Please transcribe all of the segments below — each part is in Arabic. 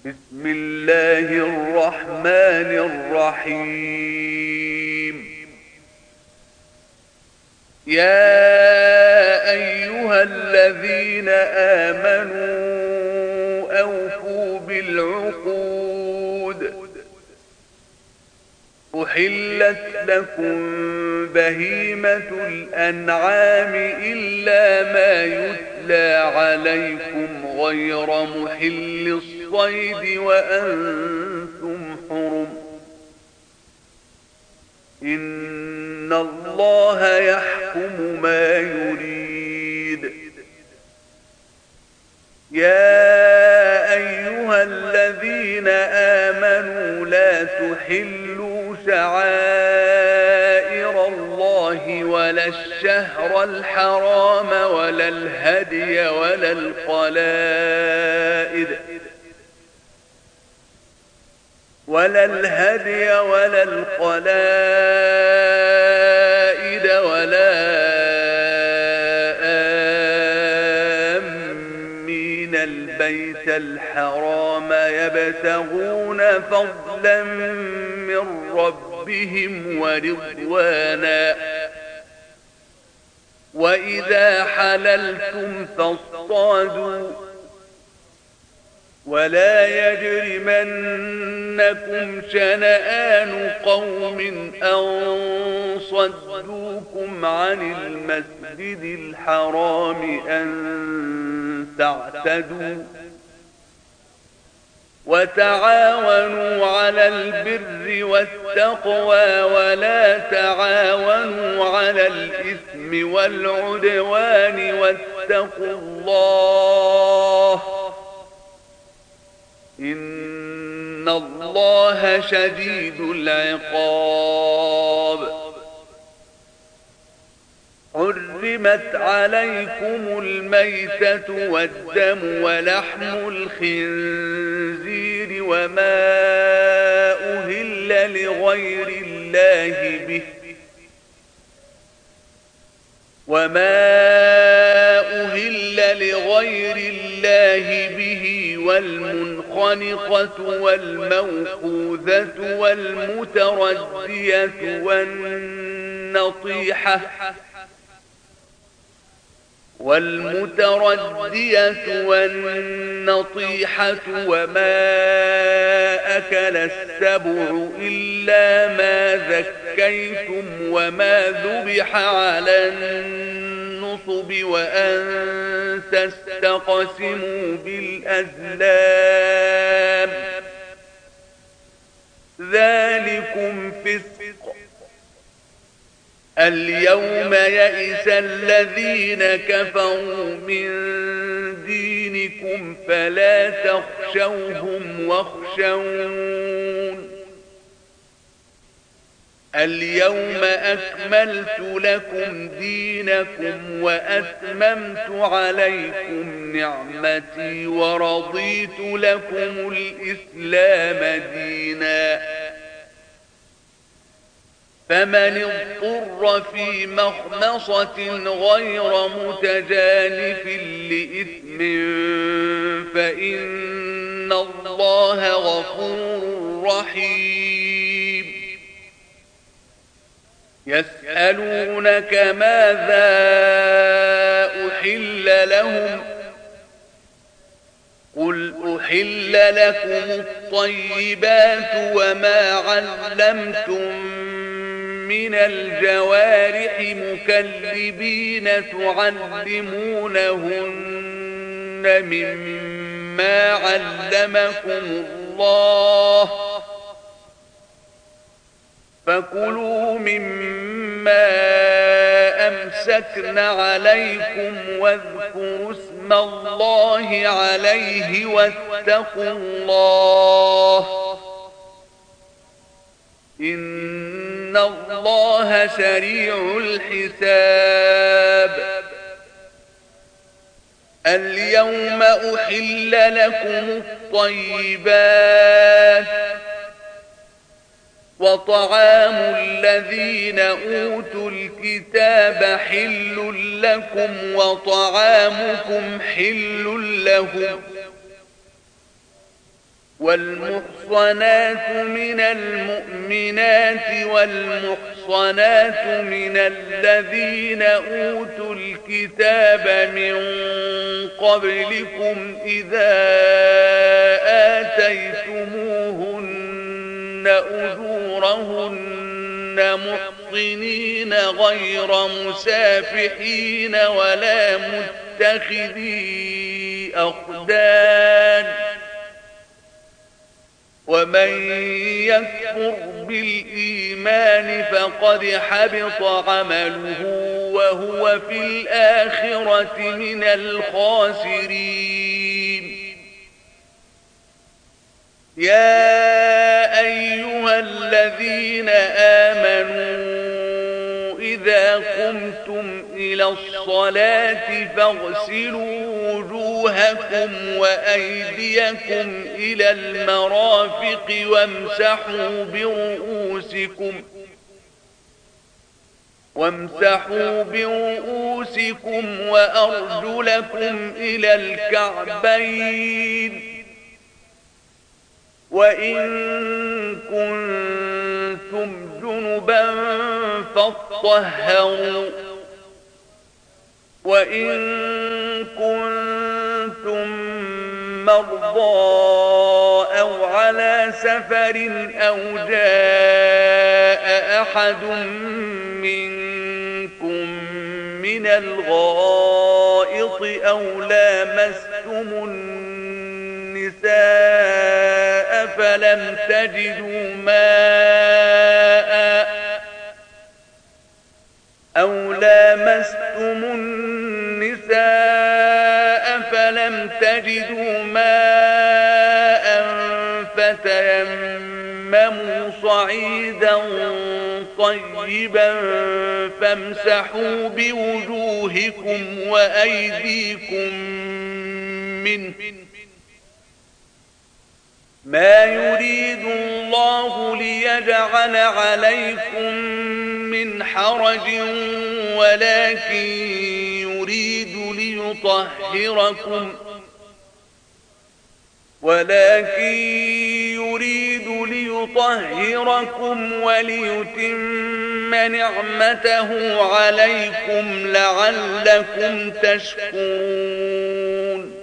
بسم الله الرحمن الرحيم. يا أيها الذين آمنوا أوفوا بالعقود. أحلت لكم بهيمة الأنعام إلا ما يتلى عليكم غير محل الصيد وأنتم حرم. إن الله يحكم ما يريد. يا أيها الذين آمنوا لا تحلوا شعائر الله ولا الشهر الحرام ولا الهدي ولا القلائد ولا آمين البيت الحرام يبتغون فضلا من ربهم ورضوانا. وإذا حللتم فاصطادوا ولا يجرمنكم شنآن قوم أن صدوكم عن المسجد الحرام أن تعتدوا. وتعاونوا على البر والتقوى ولا تعاونوا على الإثم والعدوان واتقوا الله إن الله شديد العقاب. حرمت عليكم الميتة والدم ولحم الخنزير وما أهل لغير الله به والمنخنقة والموقوذة والمتردية والنطيحة وما أكل السبع إلا ما ذكيتم وما ذبح على النصب وأن تستقسموا بالأزلام ذلكم فسق. اليوم يئس الذين كفروا من دينكم فلا تخشوهم واخشون. اليوم أكملت لكم دينكم وأتممت عليكم نعمتي ورضيت لكم الإسلام دينا. فمن اضطر في مخمصة غير متجانف لإثم فإن الله غفور رحيم. يسألونك ماذا أحل لهم قل أحل لكم الطيبات وما علمتم من الجوارح مكلبين تعلمونهن مما علمكم الله فكلوا مما أمسكن عليكم واذكروا اسم الله عليه واتقوا الله إن الله سريع الحساب. اليوم أحل لكم الطيبات وطعام الذين أوتوا الكتاب حل لكم وطعامكم حل لهم والمحصنات من المؤمنات والمحصنات من الذين أوتوا الكتاب من قبلكم إذا آتيتموهن أجورهن محصنين غير مسافحين ولا متخذي أخدان ومن يكفر بالإيمان فقد حبط عمله وهو في الآخرة من الخاسرين. يا أيها الذين آمنوا إذا قمتم إلى الصلاة فاغسلوا وجوهكم وأيديكم إلى المرافق وامسحوا برؤوسكم وأرجلكم إلى الكعبين وإن كنتم جنبا فاطهروا وإن كنتم مرضى أو على سفر أو جاء أحد منكم من الغائط أو لامستم النساء فلم تجدوا ماء فتيمموا صعيدا طيبا فامسحوا بوجوهكم وأيديكم منه ما يريد الله ليجعل عليكم من حرج ولكن يريد ليطهركم وليتم نعمته عليكم لعلكم تشكرون.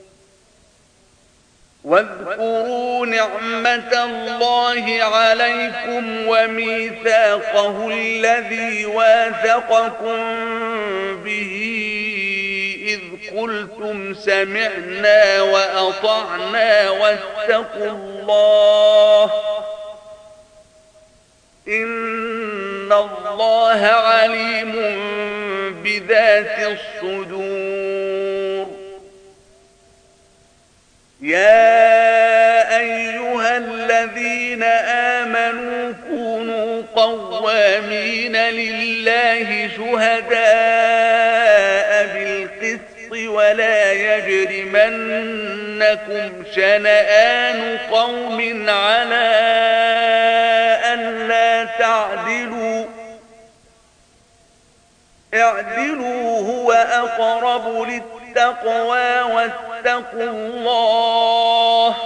واذكروا نعمة الله عليكم وميثاقه الذي واثقكم به إذ قلتم سمعنا وأطعنا واتقوا الله إن الله عليم بذات الصدور. يا أيها الذين آمنوا كونوا قوامين لله شهداء بالقسط ولا يجرمنكم شنآن قوم على ألا تعدلوا اعدلوا هو أقرب للتقوى واتقوا الله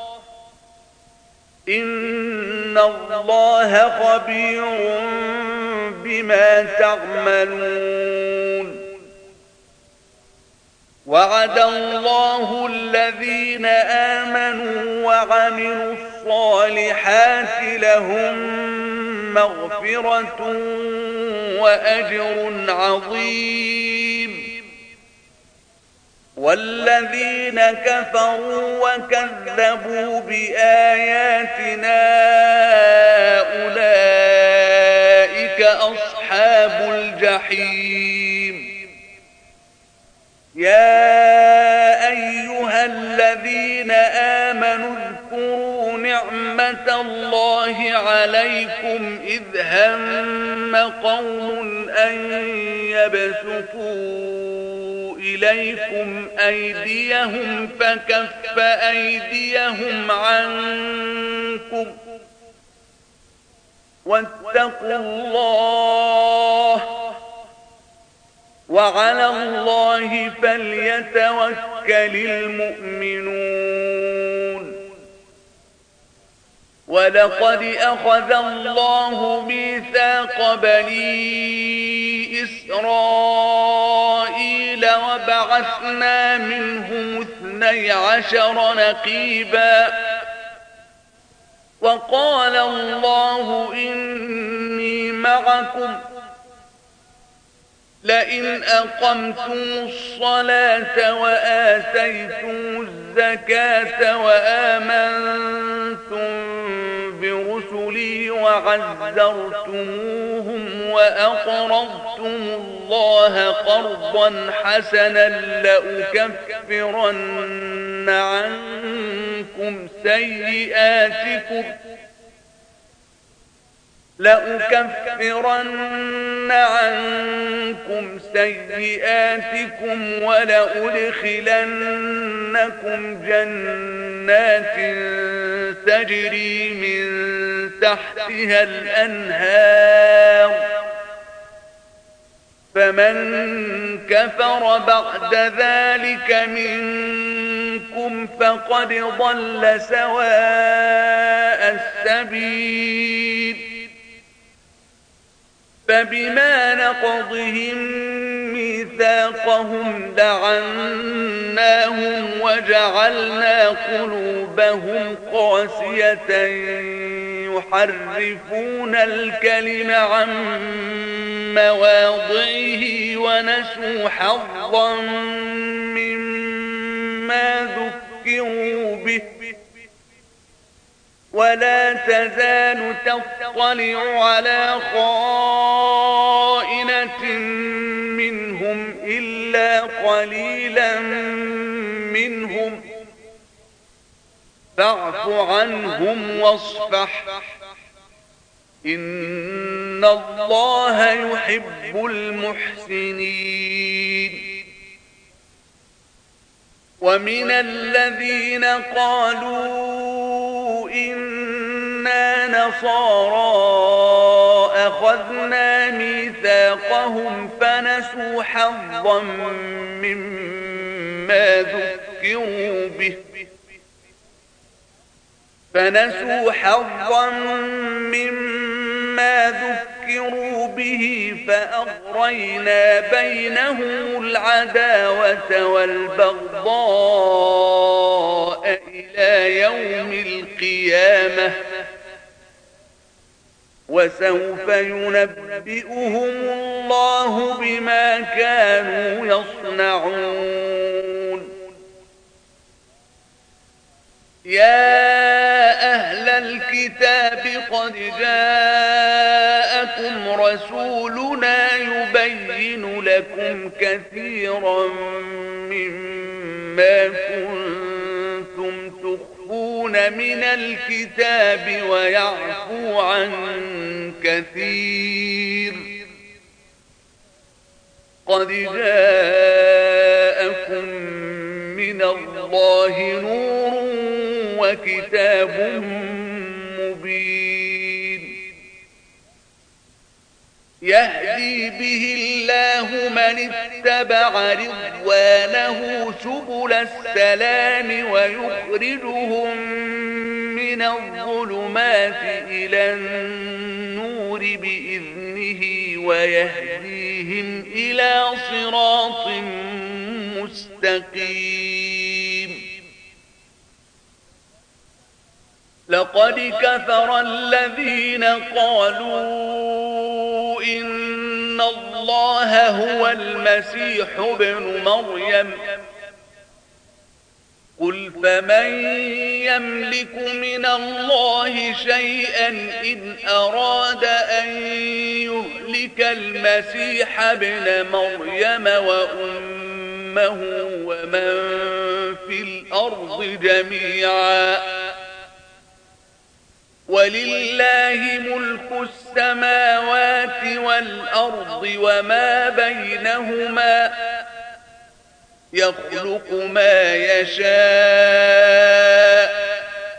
إن الله خبير بما تعملون. وعد الله الذين آمنوا وعملوا الصالحات لهم مغفرة وأجر عظيم. والذين كفروا وكذبوا بآياتنا أولئك أصحاب الجحيم. يا أيها الذين آمنوا اذكروا نعمة الله عليكم إذ هم قوم أن يبسطوا إليكم أيديهم فكف أيديهم عنكم واتقوا الله وعلى الله فليتوكل المؤمنون. ولقد أخذ الله ميثاق بني إسرائيل وبعثنا منهم 12 نقيبا وقال الله إني معكم لئن أقمتم الصلاة وآتيتم الزكاة وآمنتم برسلي وعزرتموهم وأقرضتم الله قرضا حسنا لأكفرن عنكم سيئاتكم ولأدخلنكم جنات تجري من تحتها الأنهار فمن كفر بعد ذلك منكم فقد ضل سواء السبيل فبما نقضهم ميثاقهم لعناهم وجعلنا قلوبهم قاسية يحرفون الكلم عن مواضعه ونسوا حظا مما ذكروا به ولا تزال تطلع على خائنة منهم إلا قليلا منهم فاعف عنهم واصفح إن الله يحب المحسنين ومن الذين قالوا إنا نصارى أخذنا ميثاقهم فنسوا حظا مما ذكروا به فأغرينا بينهم العداوة والبغضاء إلى يوم القيامة وسوف ينبئهم الله بما كانوا يصنعون يا أهل الكتاب قد جاءكم رسولنا يبين لكم كثيرا مما كنتم تخفون من الكتاب ويعفو عن كثير قد جاءكم من الله نور وكتاب مبين يهدي به الله من اتبع رضوانه سبل السلام ويخرجهم من الظلمات إلى النور بإذنه ويهديهم إلى صراط مستقيم لقد كفر الذين قالوا إن الله هو المسيح ابن مريم قل فمن يملك من الله شيئا إن أراد أن يهلك المسيح ابن مريم وأمه ومن في الأرض جميعا ولله ملك السماوات والأرض وما بينهما يخلق ما يشاء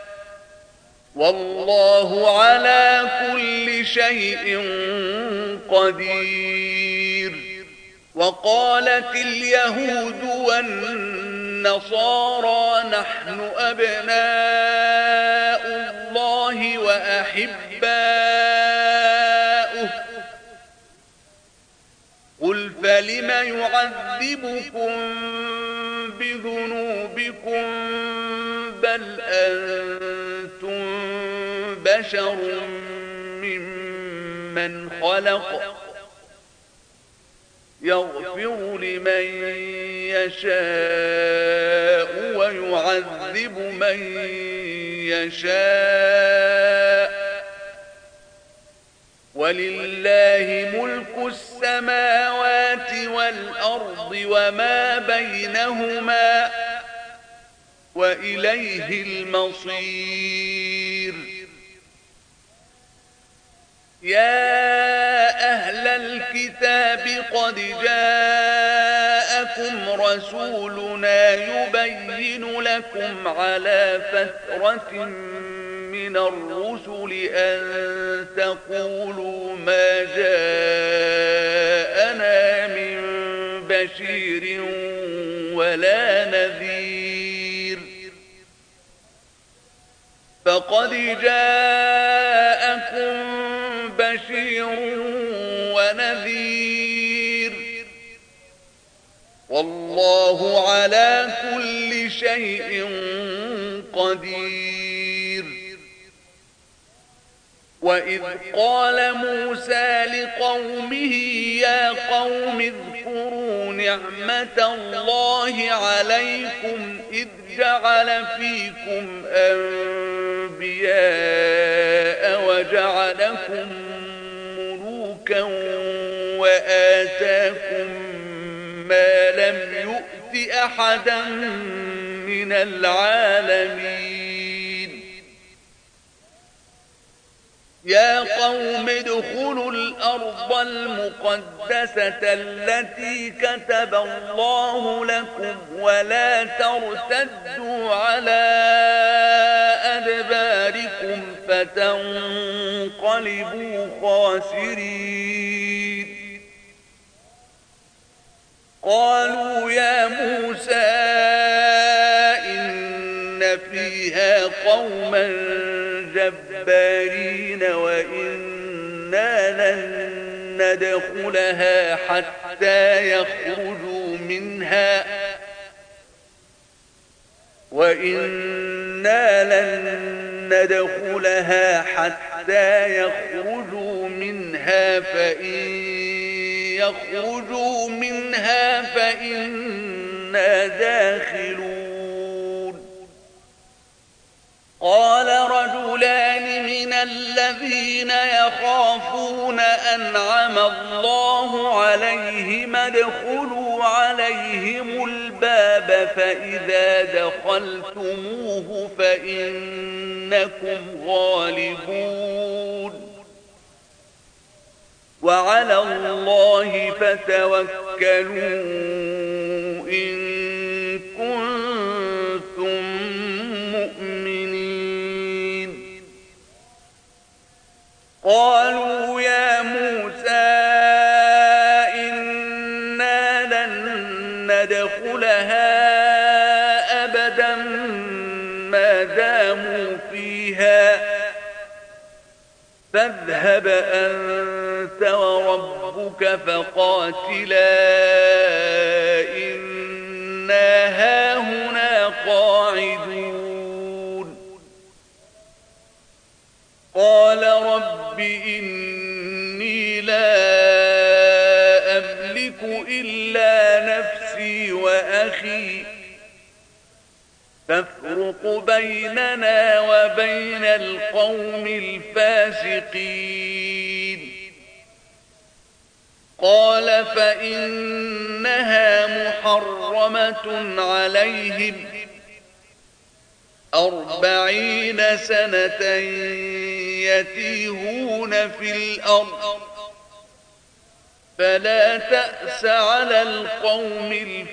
والله على كل شيء قدير وقالت اليهود والنصارى نحن أبناء الله أحباؤه قل فلم يعذبكم بذنوبكم بل أنتم بشر ممن خلق يغفر لمن يشاء ويعذب من يشاء ولله ملك السماوات والأرض وما بينهما وإليه المصير يا أهل الكتاب قد جاءكم رسولنا يبين لكم على فترة من الرسل أن تقولوا ما جاءنا من بشير ولا نذير فقد جاءكم بشير ونذير والله على كل شيء قدير وإذ قال موسى لقومه يا قوم اذكروا نعمة الله عليكم إذ جعل فيكم أنبياء وجعلكم ملوكا وآتاكم ما لم يؤت أحدا من العالمين يا قوم ادخلوا الأرض المقدسة التي كتب الله لكم ولا ترتدوا على أدباركم فتنقلبوا خاسرين قالوا يا موسى إن فيها قوما جبارين وإنا لن ندخلها حتى يخرجوا منها فإن يخرجوا منها فإنا داخلون قال رجلان من الذين يخافون أنعم الله عليهم ادخلوا عليهم الباب فإذا دخلتموه فإنكم غالبون وعلى الله فتوكلوا إن كنتم مؤمنين قالوا يا موسى إنا لن ندخلها أبدا ما داموا فيها فاذهب أنت وربك فقاتلا إنا هاهنا قاعدون قال رب إني لا أملك إلا نفسي وأخي فافرق بيننا وبين القوم الفاسقين قال فإنها محرمة عليهم 40 سنة يتيهون في الأرض فلا تأس على القوم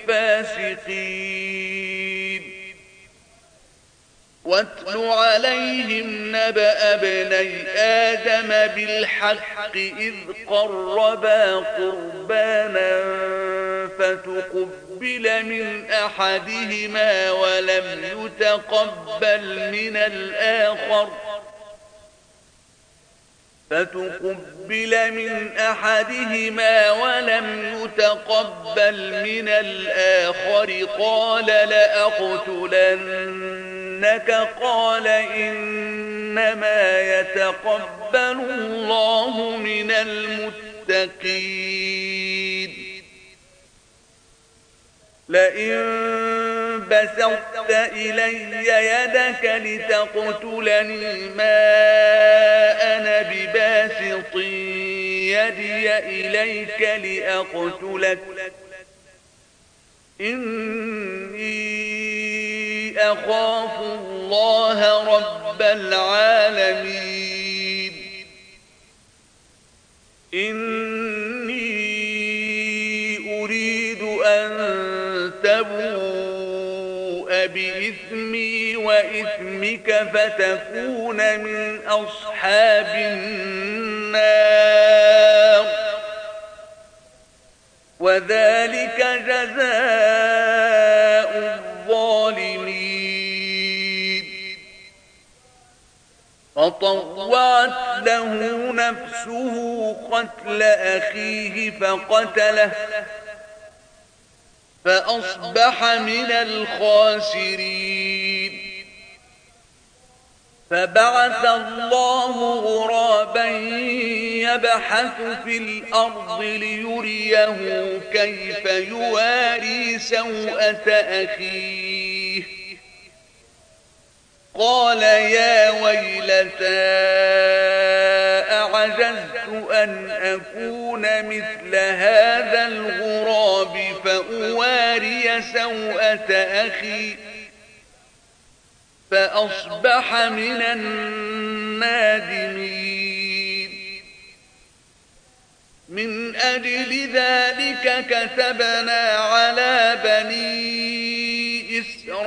الفاسقين واتل عليهم نبأ ابني آدم بالحق إذ قربا قربانا فتقبل من أحدهما ولم يتقبل من الآخر فتقبل من أحدهما ولم يتقبل من الآخر قال لأقتلنك قال إنما يتقبل الله من المتقين لئن بسطت إلي يدك لتقتلني ما أنا بباسط يدي إليك لأقتلك إني أخاف الله رب العالمين إني أريد أن تبوء بإثمي وإثمك فتكون من أصحاب النار وذلك جزاء الظالمين فطوعت له نفسه قتل أخيه فقتله فأصبح من الخاسرين فبعث الله غرابا يبحث في الأرض ليريه كيف يواري سوءة أخيه قال يا ويلتى أعجزت أن أكون مثل هذا الغراب فأواري سوءة أخي فأصبح من النادمين من أجل ذلك كتبنا على بني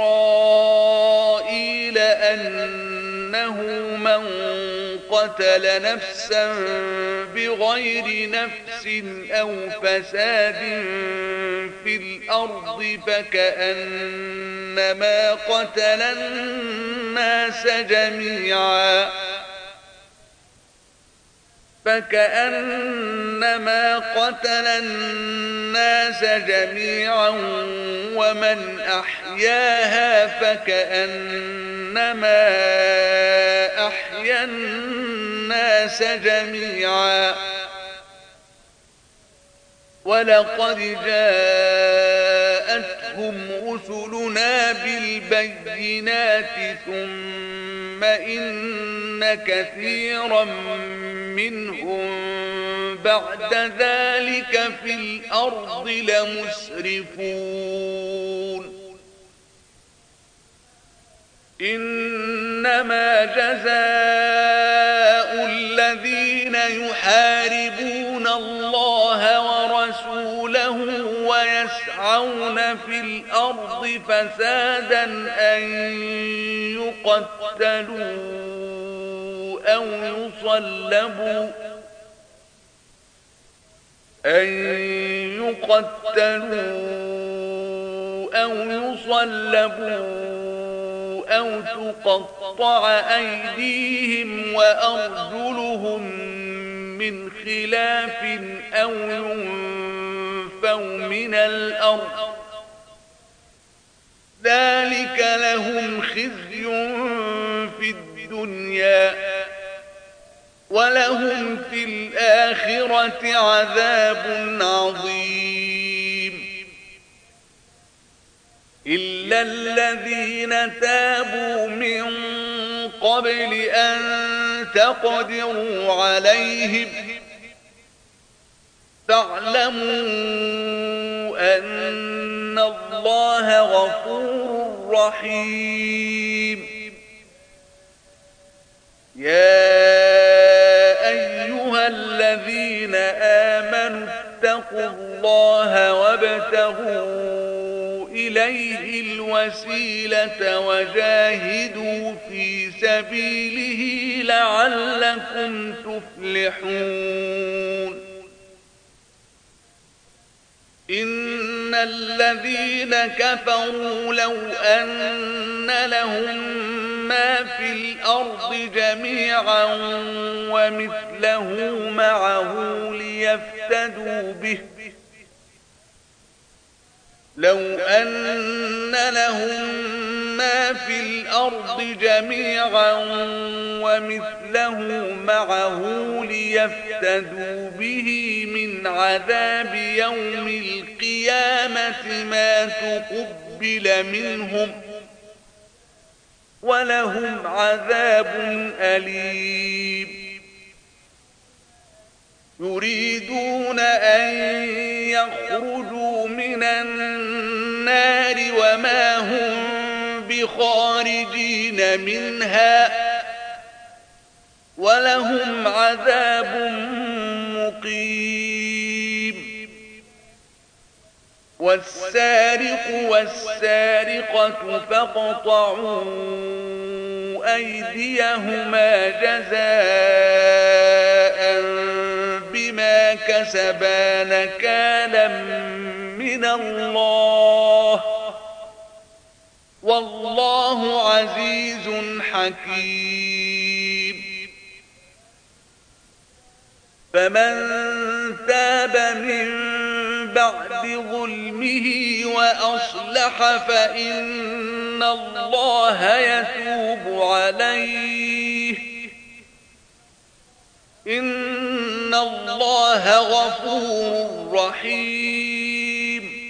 إسرائيل أنه من قتل نفسا بغير نفس أو فساد في الأرض فكأنما قتل الناس جميعا ومن أحياها فكأنما أحيا الناس جميعا ولقد جاءتهم رسلنا بالبينات ثم إن كثيرا منهم بعد ذلك في الأرض لمسرفون إنما جزاء الذين يحاربون الله ورسوله ويسعون في الأرض فسادا أن يقتلوا أو يصلبوا أو تقطع أيديهم وأرجلهم من خلاف أو ينفوا من الأرض ذلك لهم خزي في الدنيا ولهم في الآخرة عذاب عظيم إلا الذين تابوا من قبل أن تقدروا عليهم فاعلموا أن الله غفور رحيم يا أيها الذين آمنوا اتقوا الله وابتغوا إليه الوسيلة وجاهدوا في سبيله لعلكم تفلحون إن الذين كفروا لو أن لهم ما في الأرض جميعا ومثله معه ليفتدوا به لو أن لهم ما في الأرض جميعا ومثله معه ليفتدوا به من عذاب يوم القيامة ما تقبل منهم ولهم عذاب أليم يريدون أن يخرجوا من النار وما هم بخارجين منها ولهم عذاب مقيم والسارق والسارقة فاقطعوا أيديهما جزاء بما كسبا نكالا من الله والله عزيز حكيم فمن تاب من بعد ظلمه وأصلح فإن الله يتوب عليه إن الله غفور رحيم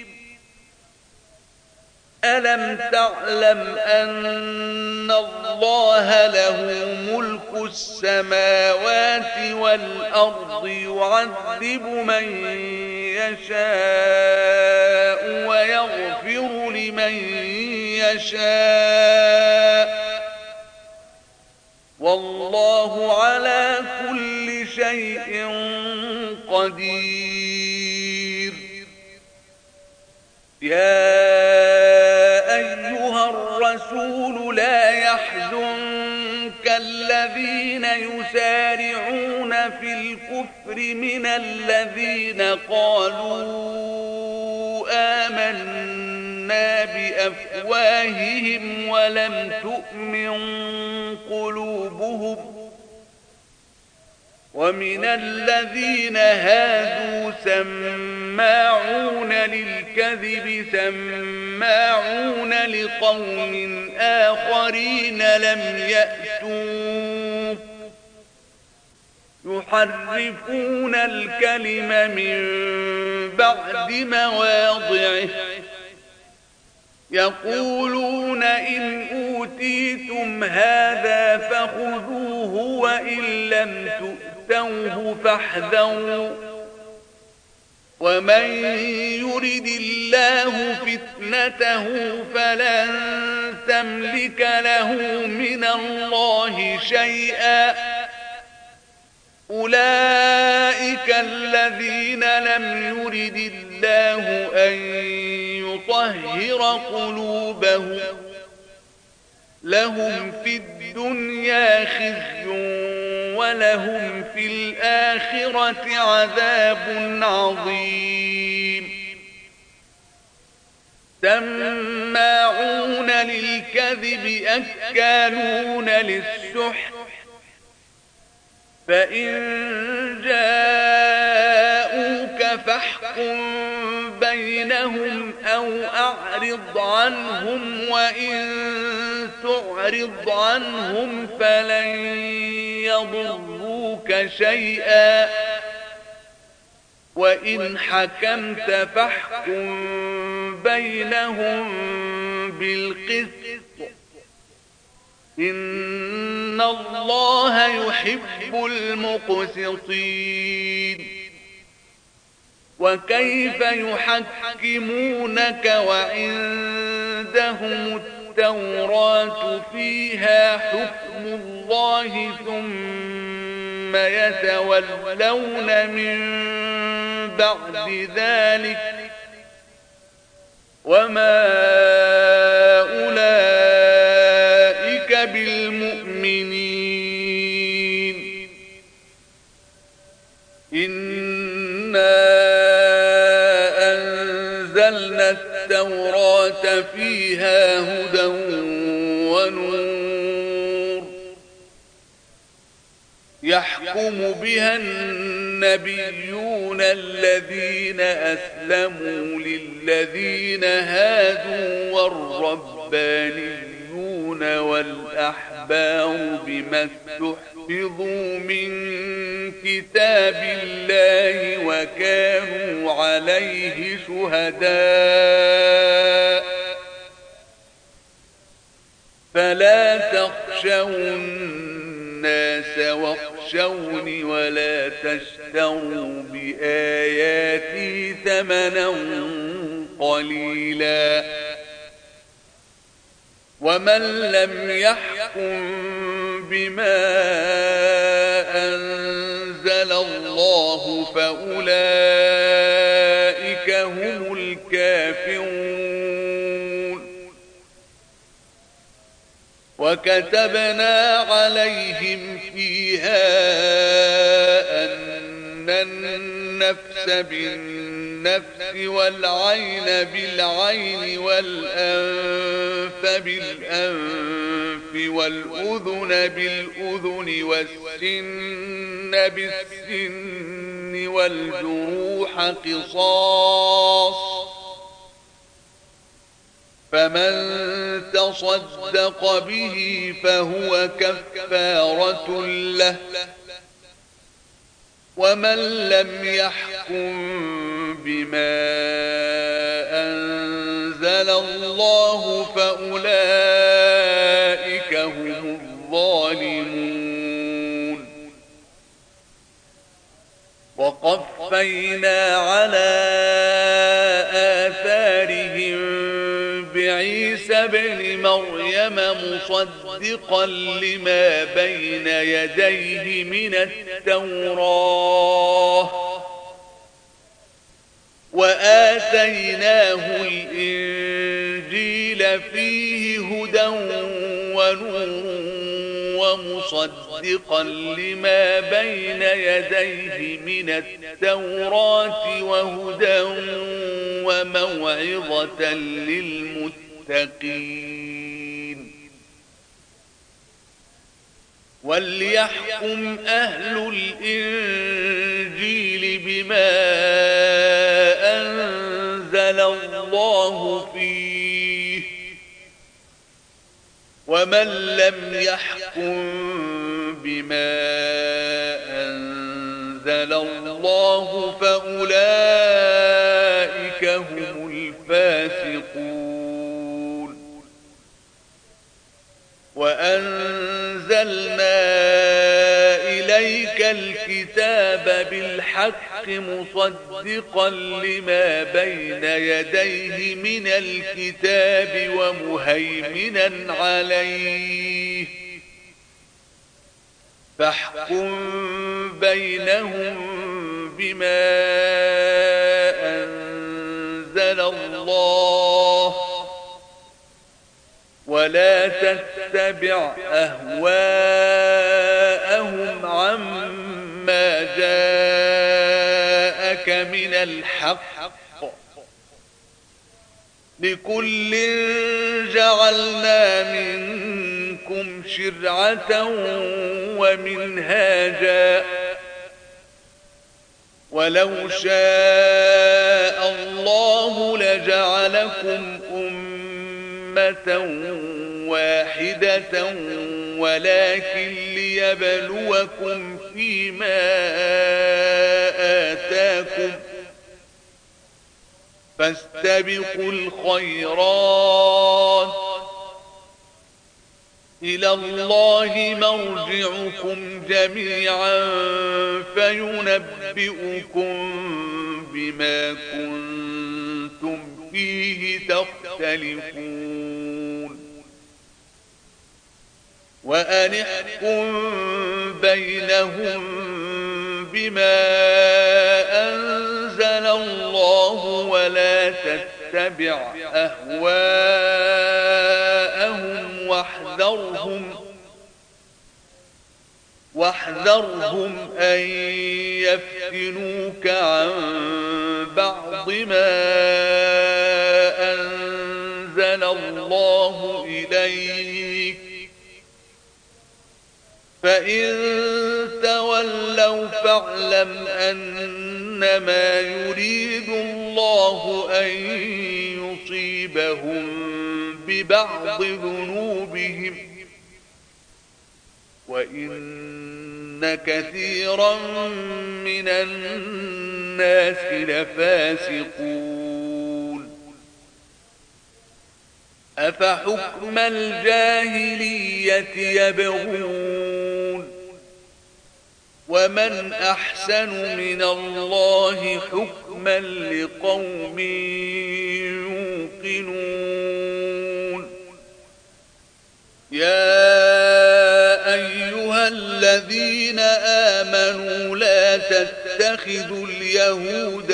ألم تعلم أن الله له ملك السماوات والأرض يعذب من يشاء ويغفر لمن يشاء والله على كل شيء قدير يا أيها الرسول لا يحزنك الذين يسارعون في الكفر من الذين قالوا آمنا بأفواههم ولم تؤمن قلوبهم ومن الذين هادوا سماعون للكذب سماعون لقوم آخرين لم يأتوك يحرفون الكلم من بعد مواضعه يقولون إن أوتيتم هذا فخذوه وإن لم تؤتوه فاحذروا ومن يرد الله فتنته فلن تملك له من الله شيئا أولئك الذين لم يرد الله أن يطهر قلوبهم لهم في الدنيا خزي ولهم في الآخرة عذاب عظيم سماعون للكذب أكالون للسحت فإن جاءوك فاحكم بينهم أو أعرض عنهم وإن تعرض عنهم فلن يضروك شيئا وإن حكمت فاحكم بينهم بالقسط إن الله يحب المقسطين وكيف يحكمونك وعندهم التوراة فيها حكم الله ثم يتولون من بعد ذلك وما أولئك بالمؤمنين إنا أنزلنا التوراة فيها هدى ونور يحكم بها النبيون الذين أسلموا للذين هادوا والربانيون والأحبار بما استحفظوا من كتاب الله وكانوا عليه شهداء فلا تخشوا الناس واخشوني ولا تشتروا بآياتي ثمنا قليلا ومن لم يحكم بما أنزل الله فأولئك هم الكافرون وكتبنا عليهم فيها أن النفس بالنفس والعين بالعين والأنف بالأنف والأذن بالأذن والسن بالسن والجروح قصاص فمن تصدق به فهو كفارة له ومن لم يحكم بما أنزل الله فأولئك هم الظالمون وقفينا على آثارهم بعيسى ابن مريم مصدقا لما بين يديه من التوراة وآتيناه الإنجيل فيه هدى ونور ومصدقا لما بين يديه من التوراة وهدى وموعظة للمتقين وليحكم أهل الإنجيل بما أنزل الله فيه ومن لم يحكم بما أنزل الله فأولئك هم الفاسقون وأنزلنا إليك الكتاب بالحق مصدقا لما بين يديه من الكتاب ومهيمنا عليه فاحكم بينهم بما أنزل الله ولا تتبع أهواءهم عما جاءك من الحق لكل جعلنا منكم شرعة ومنهاجا ولو شاء الله لجعلكم أمة واحدة ولكن ليبلوكم فيما آتاكم فاستبقوا الخيرات إلى الله مرجعكم جميعا فينبئكم بما كنتم فيه تختلفون وأن احكم بينهم بما أنزل الله ولا تتبع أهواءهم واحذرهم أن يفتنوك عن بعض ما أنزل الله إليك فإن تولوا فاعلم أنما يريد الله أن يصيبهم ببعض ذنوبهم وإن كثيرا من الناس لفاسقون أفحكم الجاهلية يبغون ومن أحسن من الله حكما لقوم يوقنون يا أيها الذين آمنوا لا تتخذوا اليهود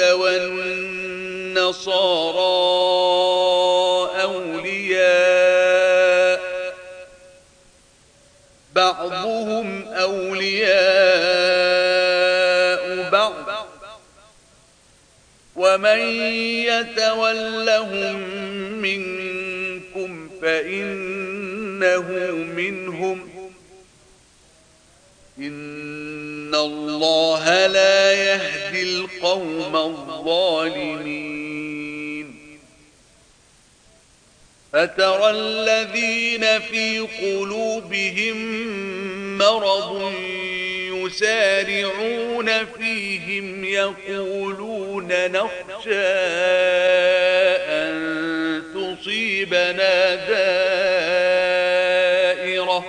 والنصارى أولياء بعضهم أولياء بعض ومن يتولهم منكم فإنه منهم إن الله لا يهدي القوم الظالمين فترى الذين في قلوبهم مرض يسارعون فيهم يقولون نخشى أن تصيبنا دائرة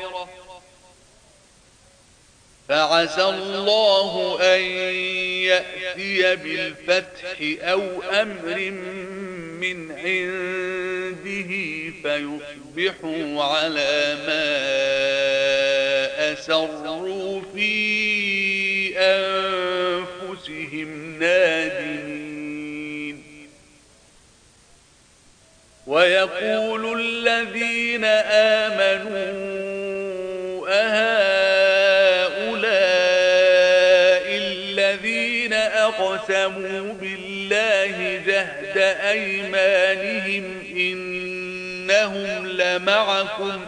فعسى الله أن يأتي بالفتح أو أمر من عنده فيصبحوا على ما أسروا في أنفسهم نادمين ويقول الذين آمنوا أقسموا بالله جهد أيمانهم إنهم لمعكم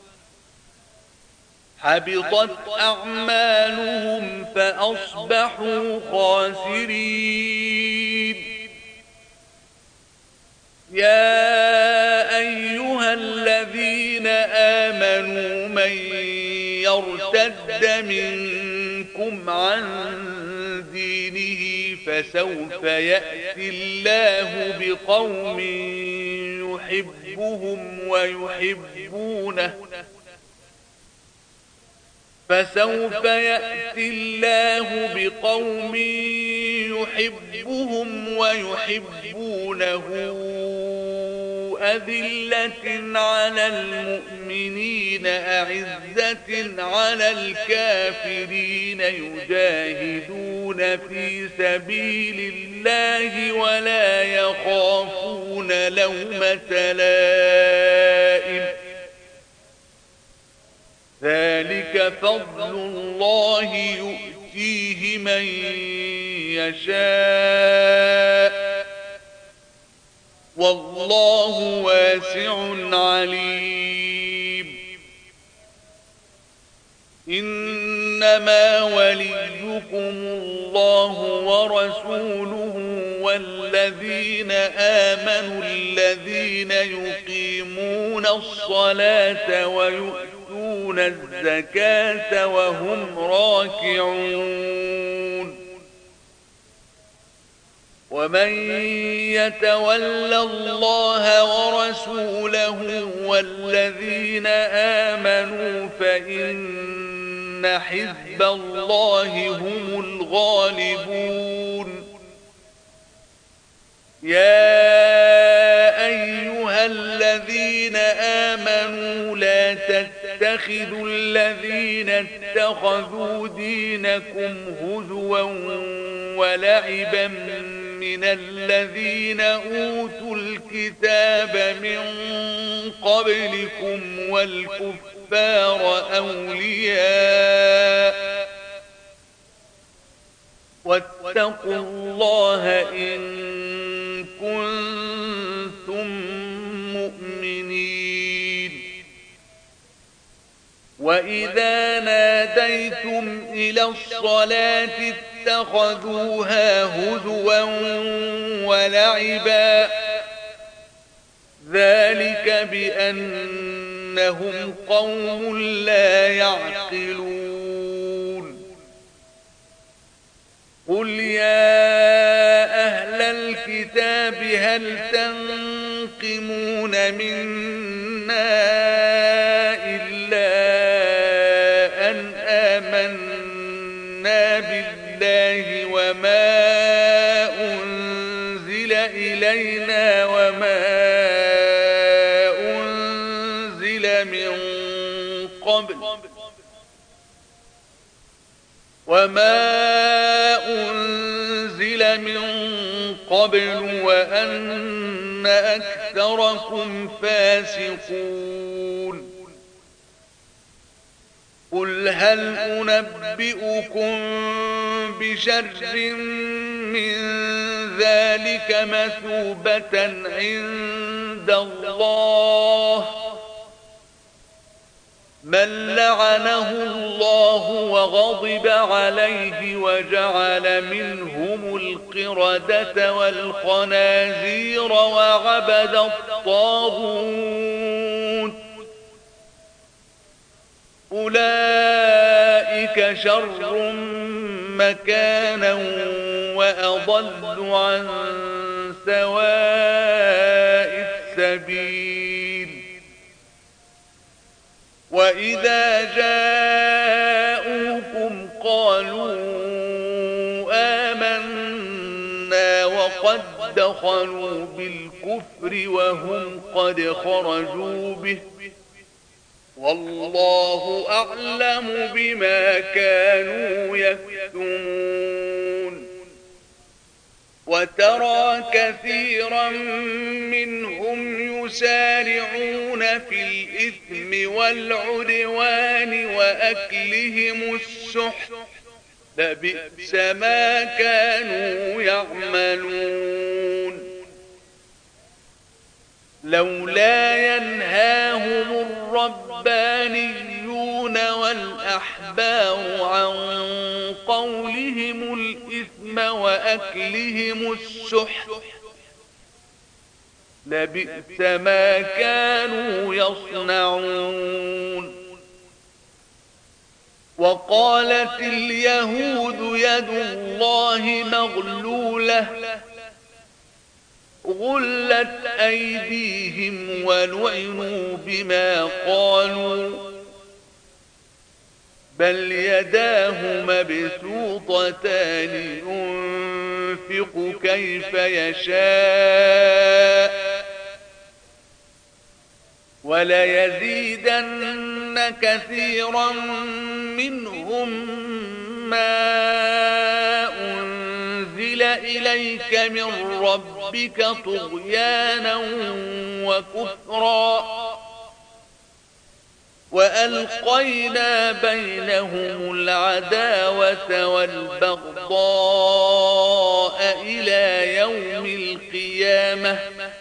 حبطت أعمالهم فأصبحوا خاسرين يا أيها الذين آمنوا من يرتد منكم عن دينه فسوف يأتي الله بقوم يحبهم ويحبونه فسوف يأتي الله بقوم يحبهم ويحبونه أذلة على المؤمنين أعزة على الكافرين يجاهدون في سبيل الله ولا يخافون لومة لائم ذلك فضل الله يؤتيه من يشاء والله واسع عليم إنما وليكم الله ورسوله والذين آمنوا الذين يقيمون الصلاة ويؤتون الزكاة وهم راكعون ومن يتول الله ورسوله والذين آمنوا فإن حزب الله هم الغالبون يا أيها الذين آمنوا لا تتخذوا الذين اتخذوا دينكم هزوا ولعبا من الذين أوتوا الكتاب من قبلكم والكفار أولياء واتقوا الله إن كنتم مؤمنين وإذا ناديتم ناديتم إلى الصلاة اتخذوها هزوا ولعبا ذلك بأنهم قوم لا يعقلون قل يا أهل الكتاب هل تنقمون منا إلا أن آمنا بالله وما أنزل إلينا وما أنزل من قبل وأن أكثركم فاسقون قل هل أنبئكم بشر من ذلك مثوبة عند الله من لعنه الله وغضب عليه وجعل منهم القردة والخنازير وعبد الطاغوت أولئك شر مكانا وأضل عن سواء السبيل وإذا جاءوكم قالوا آمنا وقد دخلوا بالكفر وهم قد خرجوا به والله أعلم بما كانوا يكتمون وترى كثيرا منهم يسارعون في الإثم والعدوان وأكلهم السحت لبئس ما كانوا يعملون لولا ينهاهم الربانيون والأحبار عن قولهم الإثم وأكلهم السحت لبئس ما كانوا يصنعون وقالت اليهود يد الله مغلولة غلت أيديهم ولعنوا بما قالوا بل يداه مبسوطتان ينفق كيف يشاء وليزيدن كثيرا منهم ما أنزل إليك من ربك طغيانا وكفرا وألقينا بينهم العداوة والبغضاء إلى يوم القيامة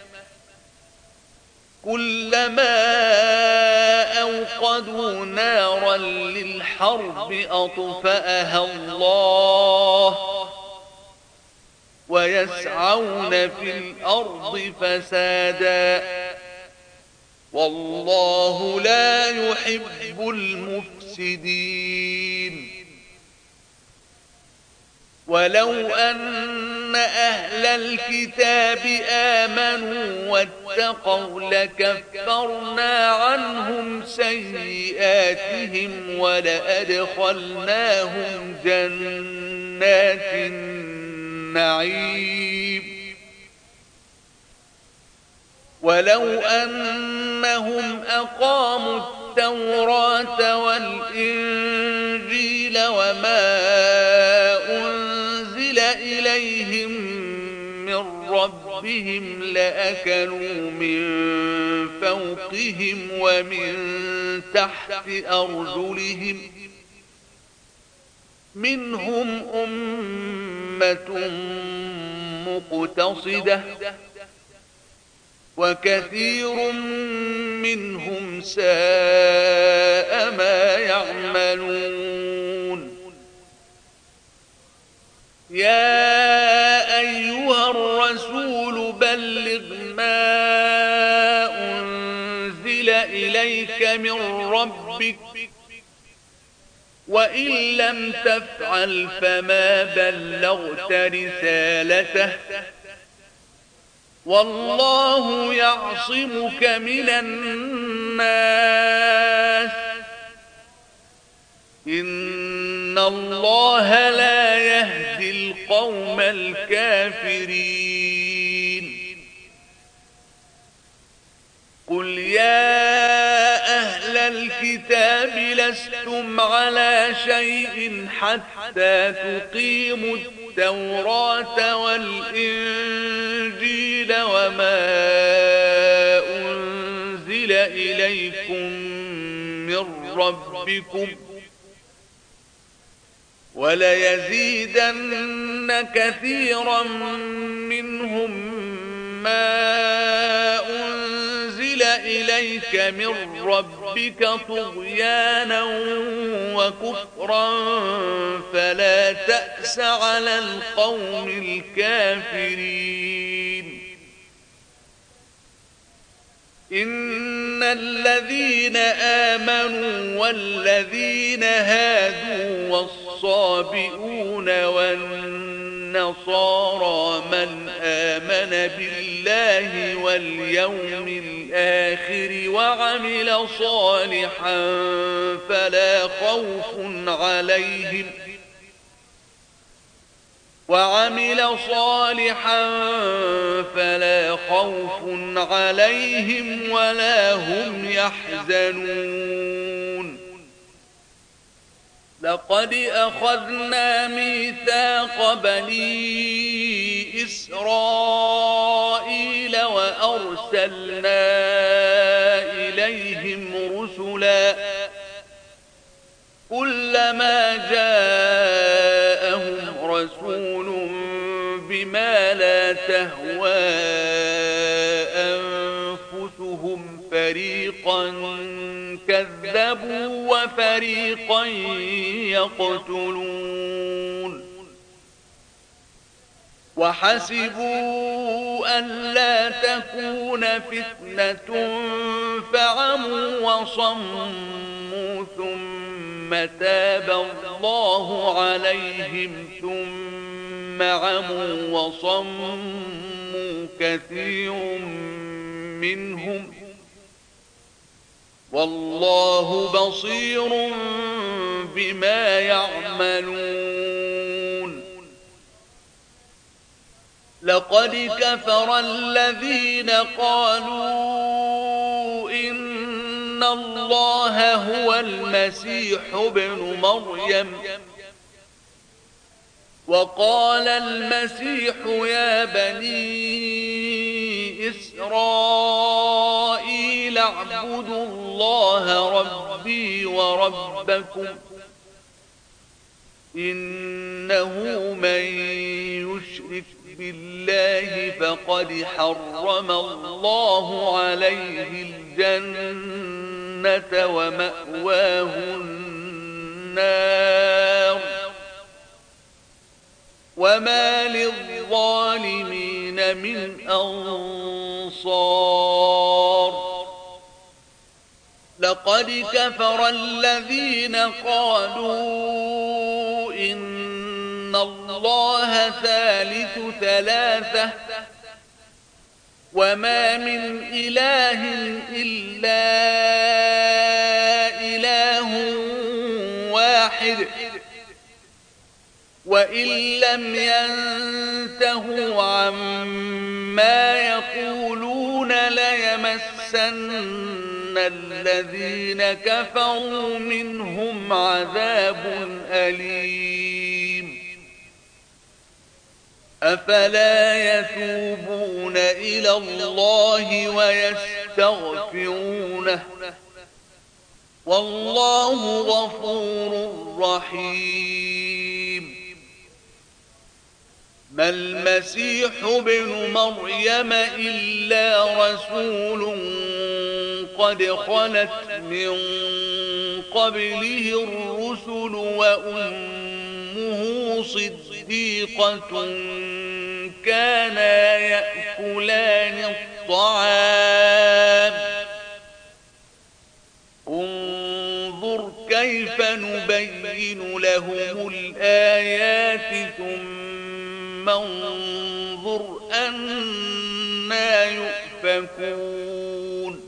كلما أوقدوا نارا للحرب أطفأها الله ويسعون في الأرض فسادا والله لا يحب المفسدين ولو أن أهل الكتاب آمنوا واتقوا لكفرنا عنهم سيئاتهم ولأدخلناهم جنات النعيم ولو أنهم أقاموا التوراة والإنجيل وما أنزل إليهم من ربهم لأكلوا من فوقهم ومن تحت أرجلهم منهم أمة مقتصدة وكثير منهم ساء ما يعملون. يا أيها الرسول بلغ ما أنزل إليك من ربك وإن لم تفعل فما بلغت رسالته والله يعصمك من الناس إن الله لا يهدي القوم الكافرين. قل يا أهل الكتاب لستم على شيء حتى تقيموا التوراة والإنجيل وما أنزل إليكم من ربكم وليزيدن كثيرا منهم ما أنزل إليك من ربك طغيانا وكفرا فلا تأس على القوم الكافرين. إن الذين آمنوا والذين هادوا والصابئون والنصارى من آمن بالله واليوم الآخر وعمل صالحا فلا خوف عليهم ولا هم يحزنون. لقد أخذنا ميثاق بني إسرائيل وأرسلنا إليهم رسلا كلما جاءهم رسول بما لا تهوى أنفسهم فريقا كذبوا وفريقا يقتلون. وحسبوا ألا تكون فتنة فعموا وصموا ثم تاب الله عليهم ثم عموا وصموا كثير منهم والله بصير بما يعملون. لقد كفر الذين قالوا إن الله هو المسيح ابن مريم وقال المسيح يا بني إسرائيل اعبدوا الله ربي وربكم إنه من يشرك بالله فقد حرم الله عليه الجنة ومأواه النار وما للظالمين من أنصار. لقد كفر الذين قالوا إن الله ثالث ثلاثة وما من إله إلا إله واحد وإن لم ينتهوا عما يقولون ليمسن الذين كفروا منهم عذاب أليم. أفلا يتوبون إلى الله ويستغفرونه والله غفور رحيم. ما المسيح ابن مريم إلا رسول قد خلت من قبله الرسل وأمه صديقة كانا يأكلان الطعام انظر كيف نبين لهم الآيات ثم انظر أنا يؤفكون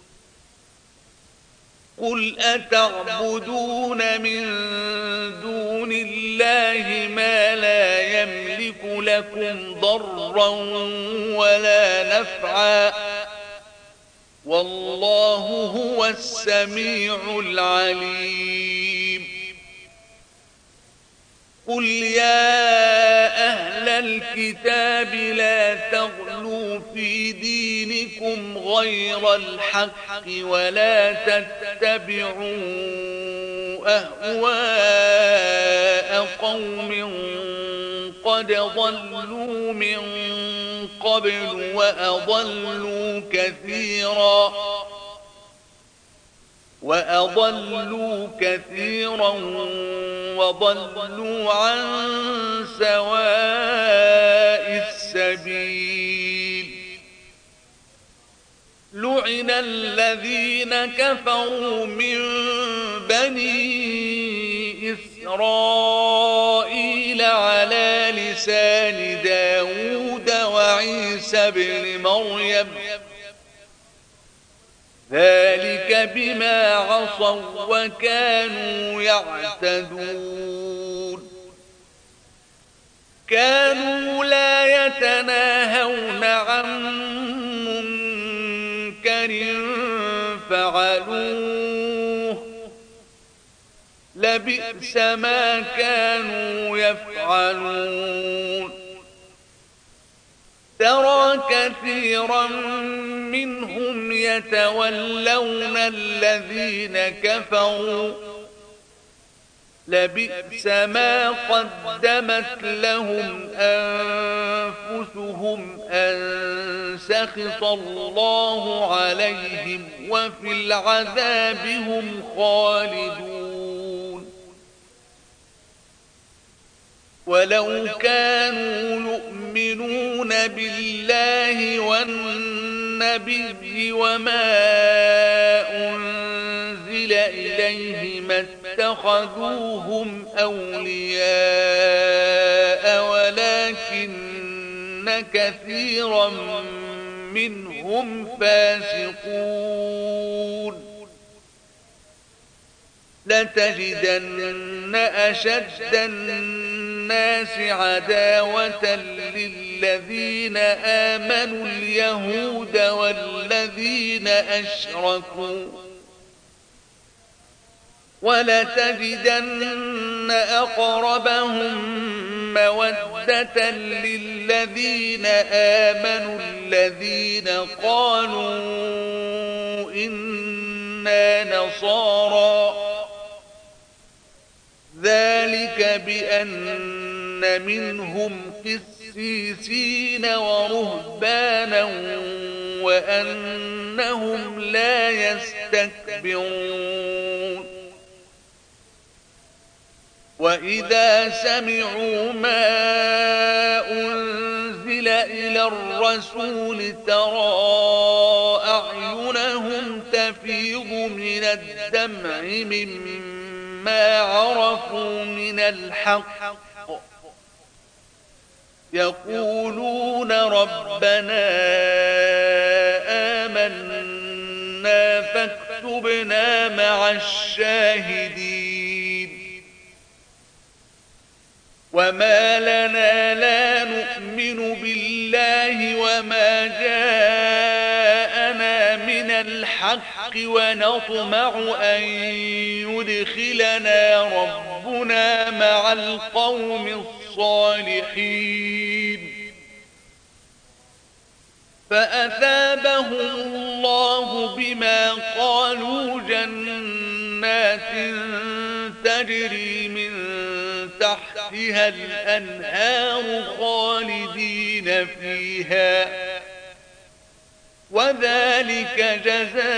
قل أتعبدون من دون الله ما لا يملك لكم ضرا ولا نفعا والله هو السميع العليم قل يا أهل الكتاب لا تغلوا في دينكم غير الحق ولا تتبعوا أهواء قوم قد ضلوا من قبل وأضلوا كثيرا وضلوا عن سواء السبيل لعن الذين كفروا من بني إسرائيل على لسان داود وعيسى بن مريم ذلك بما عصوا وكانوا يعتدون كانوا لا يتناهون عن منكر فعلوه لبئس ما كانوا يفعلون ترى كثيرا منهم يتولون الذين كفروا لبئس ما قدمت لهم أنفسهم أن سخط الله عليهم وفي العذاب هم خالدون ولو كانوا يؤمنون بالله والنبي وما أنزل إليه ما اتخذوهم أولياء ولكن كثيرا منهم فاسقون لتجدن أشد الناس عداوة للذين آمنوا اليهود والذين أشركوا ولتجدن أقربهم مودة للذين آمنوا الذين قالوا إنا نصارى ذلك بأن منهم قسيسين ورهبانا وأنهم لا يستكبرون وإذا سمعوا ما أنزل إلى الرسول ترى أعينهم تفيض من الدمع مما عرفوا من الحق يقولون ربنا آمنا فاكتبنا مع الشاهدين وما لنا لا نؤمن بالله وما جاءنا من الحق ونطمع أن يدخلنا ربنا مع القوم الصالحين فأثابهم الله بما قالوا جنات تجري من تحت تحتها الأنهار خالدين فيها وذلك جزاء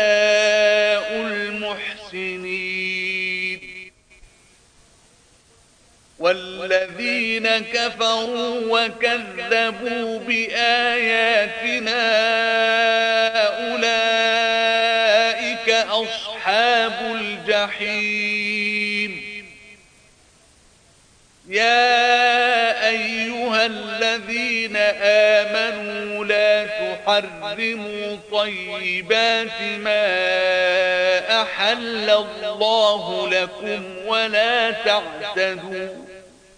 المحسنين. والذين كفروا وكذبوا بآياتنا أولئك أصحاب الجحيم. يا أيها الذين آمنوا لا تحرموا طيبات ما أحل الله لكم ولا تعتدوا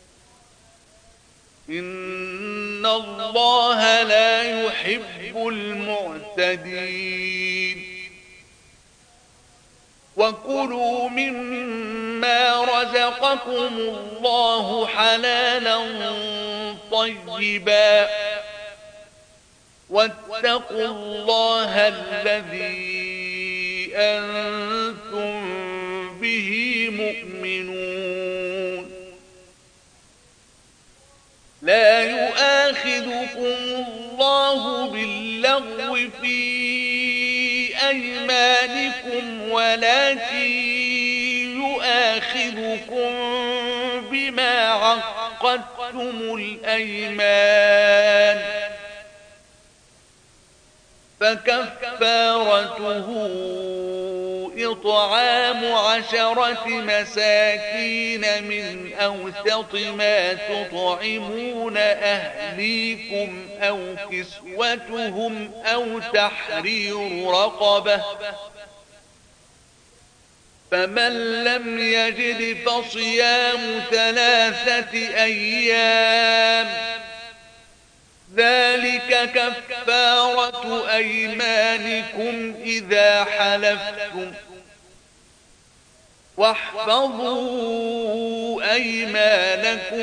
إن الله لا يحب المعتدين. وكلوا مما رزقكم الله حلالا طيبا واتقوا الله الذي أنتم به مؤمنون. لا يؤاخذكم الله باللغو في أيمانكم ولكن يؤاخذكم بما عقدتم الأيمان فكفارته إطعام 10 مساكين من أوسط ما تطعمون أهليكم أو كسوتهم أو تحرير رقبة فمن لم يجد فصيام 3 أيام ذلك كفارة أيمانكم إذا حلفتم واحفظوا أيمانكم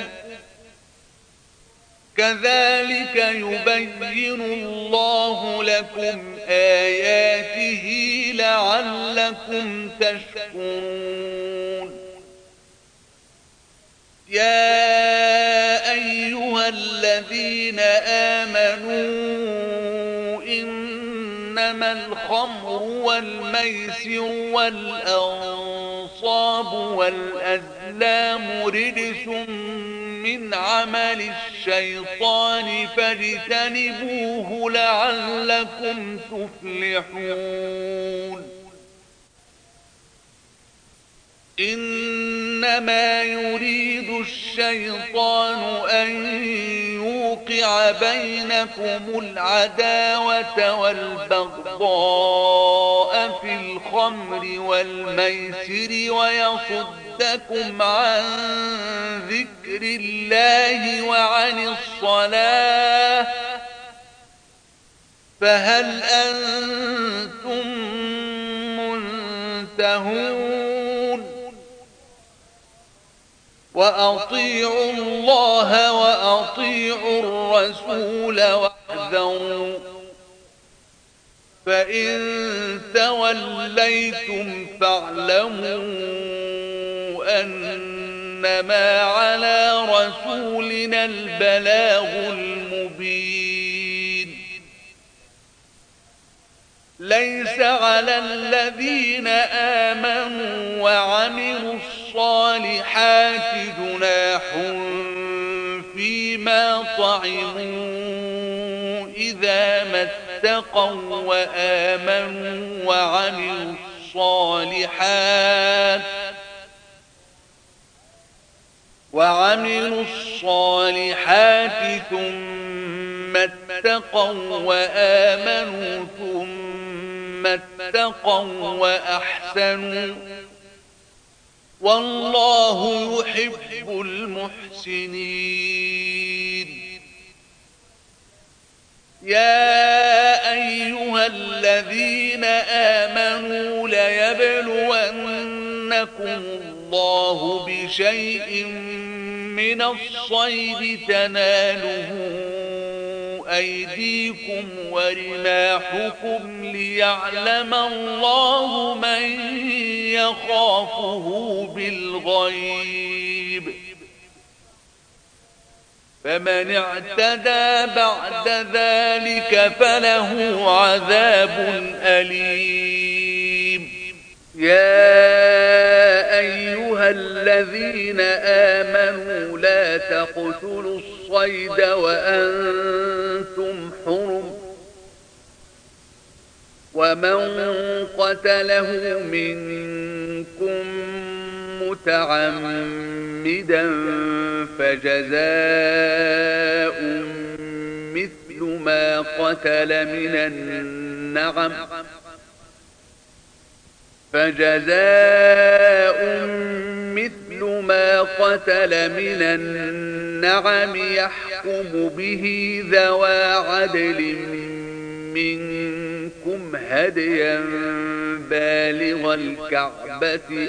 كذلك يبين الله لكم آياته لعلكم تشكرون. يا أيها الذين آمنوا إنما الخمر والميسر والأنصاب والأزلام رجس من عمل الشيطان فاجتنبوه لعلكم تفلحون. إنما يريد الشيطان أن يوقع بينكم العداوة والبغضاء في الخمر والميسر ويصدكم عن ذكر الله وعن الصلاة فهل أنتم منتهون؟ وأطيعوا الله وأطيعوا الرسول واحذروا فإن توليتم فاعلموا أنما على رسولنا البلاغ المبين. ليس على الذين آمنوا وعملوا الصالحات جناح فيما طعموا إذا ما اتقوا وآمنوا وعملوا الصالحات ثم اتقوا وآمنوا ثم اتقوا وأحسنوا والله يحب المحسنين. يا أيها الذين آمنوا ليبلونكم الله بشيء من الصيد تناله أيديكم ورماحكم ليعلم الله من يخافه بالغيب فمن اعتدى بعد ذلك فله عذاب أليم. يا أيها الذين آمنوا لا تقتلوا الصيد وأنتم حرم، ومن قتله منكم متعمدا فجزاء مثل ما قتل من النعم يحكم به ذوى عدل منكم هديا بالغ الكعبة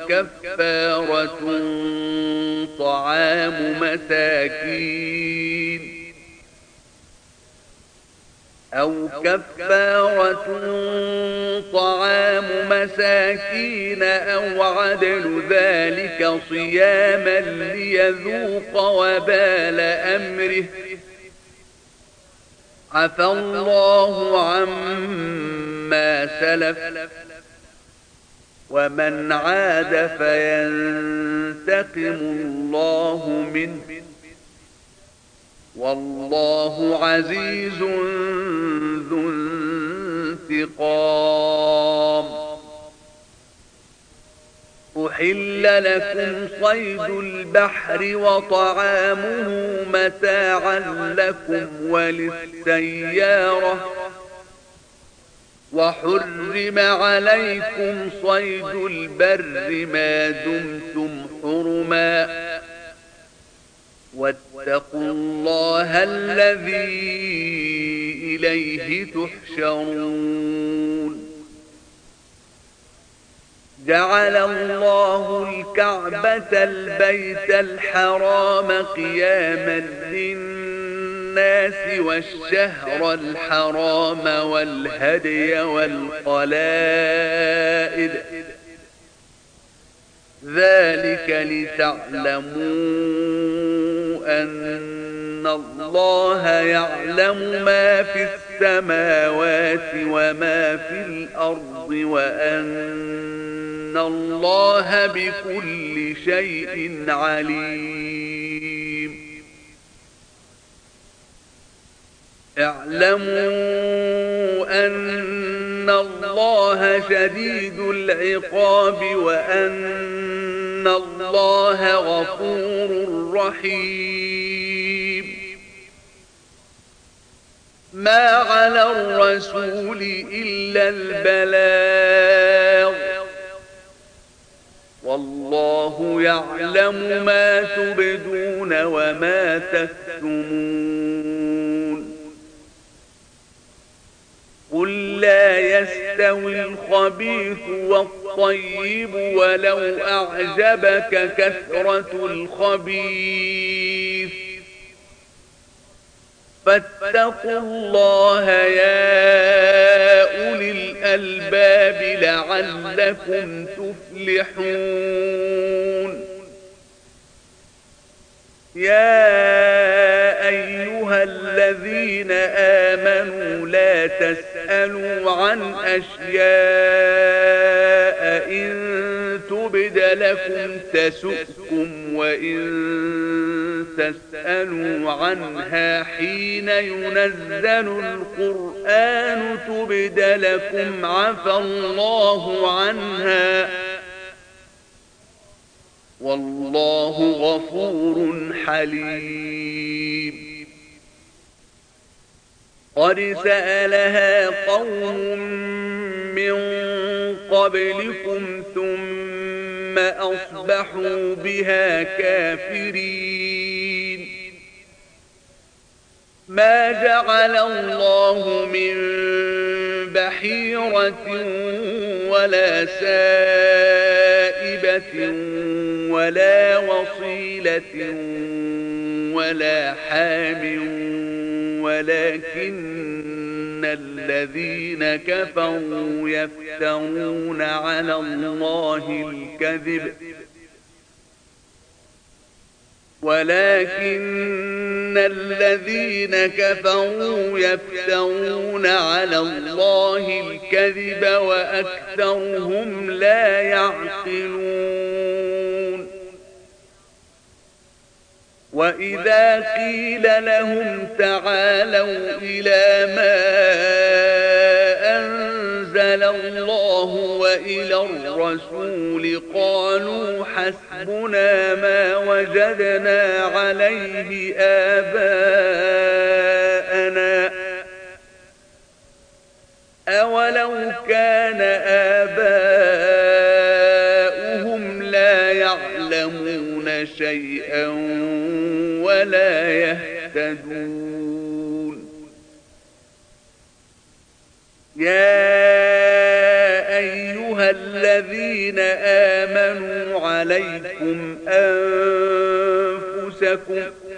أو كفارة طعام مساكين أو عدل ذلك صياما ليذوق وبال أمره، عفى الله عما سلف، ومن عاد فينتقم الله منه، والله عزيز ذو انتقام. أحل لكم صيد البحر وطعامه متاعا لكم وللسيارة، وحرم عليكم صيد البر ما دمتم حرما، واتقوا الله الذي إليه تحشرون. جعل الله الكعبة البيت الحرام قياما للناس والشهر الحرام والهدي والقلائد، ذلك لتعلموا أن الله يعلم ما في السماوات وما في الأرض، وأن الله بكل شيء عليم. اعلموا أن الله شديد العقاب، وأن الله غفور رحيم. ما على الرسول إلا البلاغ، والله يعلم ما تبدون وما تكتمون. قل لا يستوي الخبيث والطيب ولو أعجبك كثرة الخبيث، فاتقوا الله يا أولي الألباب لعلكم تفلحون. يا أيها الذين آمنوا لا تسألوا عن أشياء إن تبد لكم تسؤكم، وإن تسألوا عنها حين ينزل القرآن تبد لكم عفى الله عنها، والله غفور حليم. قد سألها قوم من قبلكم ثم أصبحوا بها كافرين. ما جعل الله من بحيرة ولا سائبة ولا وصيلة ولا حام، ولكن الذين كفروا يفترون على الله الكذب، ولكن الذين كفروا يفترون على الله الكذب وأكثرهم لا يعقلون وإذا قيل لهم تعالوا إلى ما أنزل الله وإلى الرسول قالوا حسبنا ما وجدنا عليه آباءنا أولو كان آباؤهم لا يعلمون شيئا ولا يهتدون يا أيها الذين آمنوا عليكم أنفسكم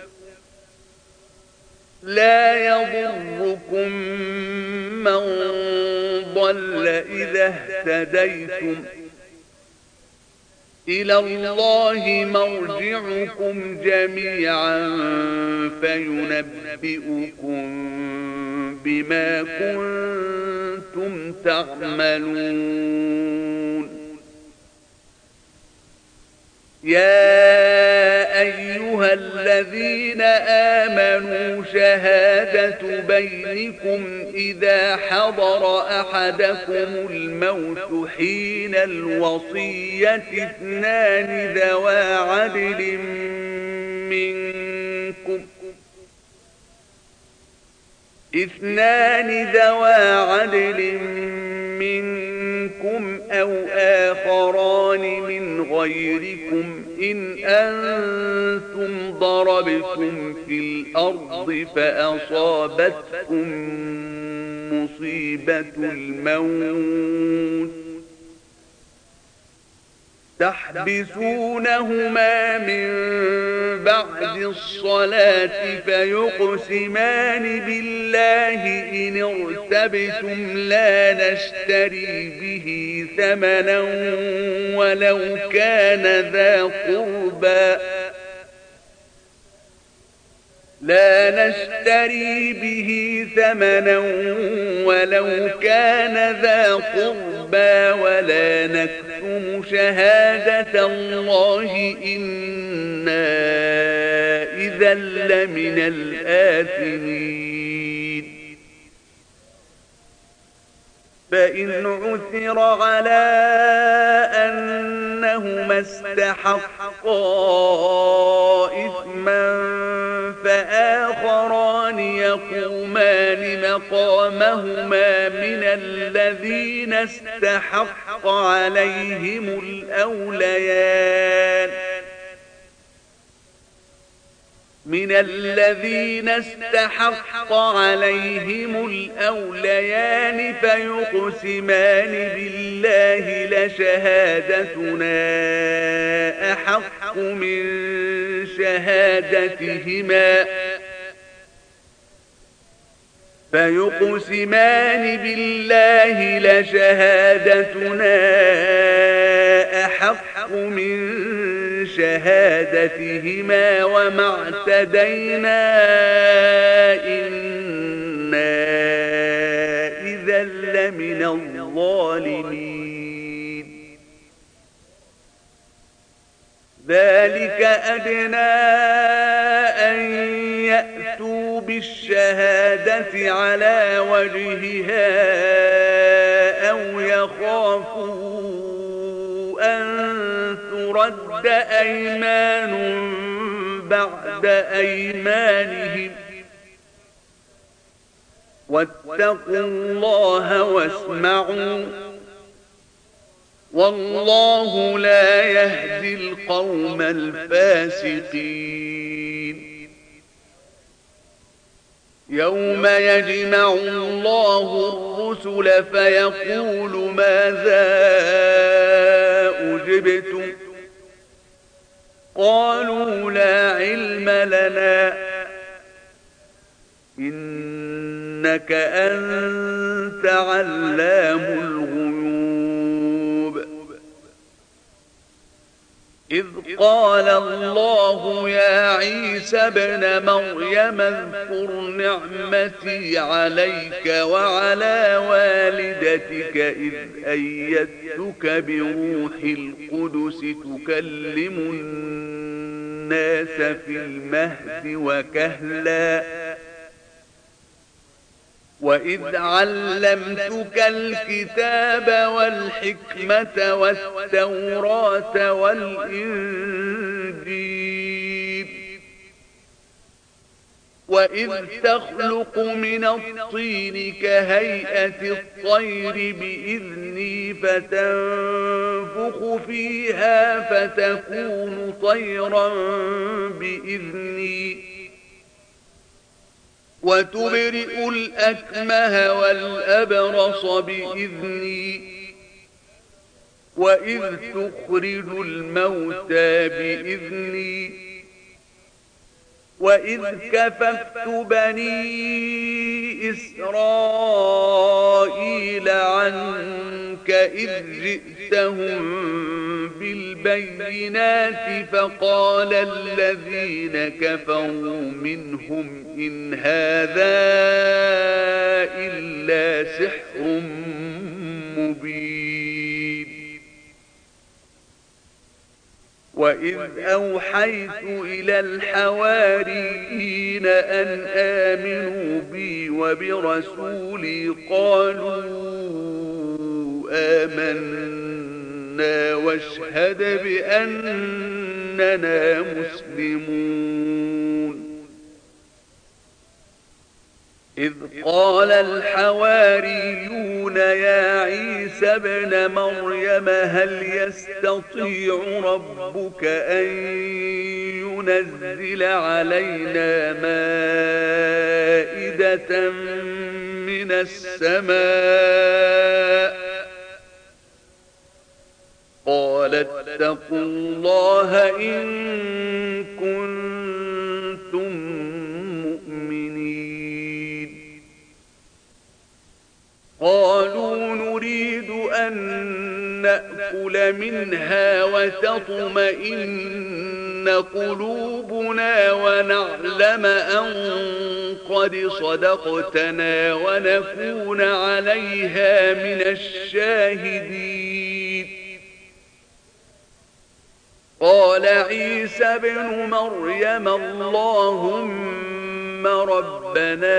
لا يضركم من ضل إذا اهتديتم إلى الله مرجعكم جميعا فينبئكم بما كنتم تعملون يا أيها الذين آمنوا شهادة بينكم إذا حضر أحدكم الموت حين الوصية اثنان ذوى عدل منكم أو آخران من غيركم إن أنتم ضربتم في الأرض فأصابتكم مصيبة الموت تحبسونهما من بعد الصلاة فيقسمان بالله إن ارتبتم لا نشتري به ثمنا ولو كان ذا قربى ولا نكتم شهادة الله إنا إذا لمن الآثمين فإن عثر على أنهما استحقا إثما فآخران يقومان مقامهما من الذين استحق عليهم الأوليان فيقسمان بالله لشهادتنا أحق من شهادتهما وما اعتدينا إنا إذا لمن الظالمين ذلك أدنى أن يأتوا بالشهادة على وجهها أو يخافوا أن ترد أيمان بعد أيمانهم واتقوا الله واسمعوا والله لا يهدي القوم الفاسقين يوم يجمع الله الرسل فيقول ماذا أجبتم قالوا لا علم لنا إنك أنت علام الغيوب إذ قال الله يا عيسى ابن مريم اذكر نعمتي عليك وعلى والدتك إذ أيدتك بروح القدس تكلم الناس في المهد وكهلا وإذ علمتك الكتاب والحكمة والتوراة والإنجيل وإذ تخلق من الطين كهيئة الطير بإذني فتنفخ فيها فتكون طيرا بإذني وتبرئ الأكمه والأبرص بإذني وإذ تخرج الموتى بإذني وإذ كففت بني إسرائيل عنك إذ جئتهم بالبينات فقال الذين كفروا منهم إن هذا إلا سحر مبين وإذ أوحيت إلى الحواريين أن آمنوا بي وبرسولي قالوا آمنا واشهد بأننا مسلمون إذ قال الحواريون يا عيسى ابن مريم هل يستطيع ربك أن ينزل علينا مائدة من السماء قال اتقوا الله إن كنتم مؤمنين قالوا نريد أن نأكل منها وتطمئن قلوبنا ونعلم أن قد صدقتنا ونكون عليها من الشاهدين قال عيسى ابن مريم اللهم ربنا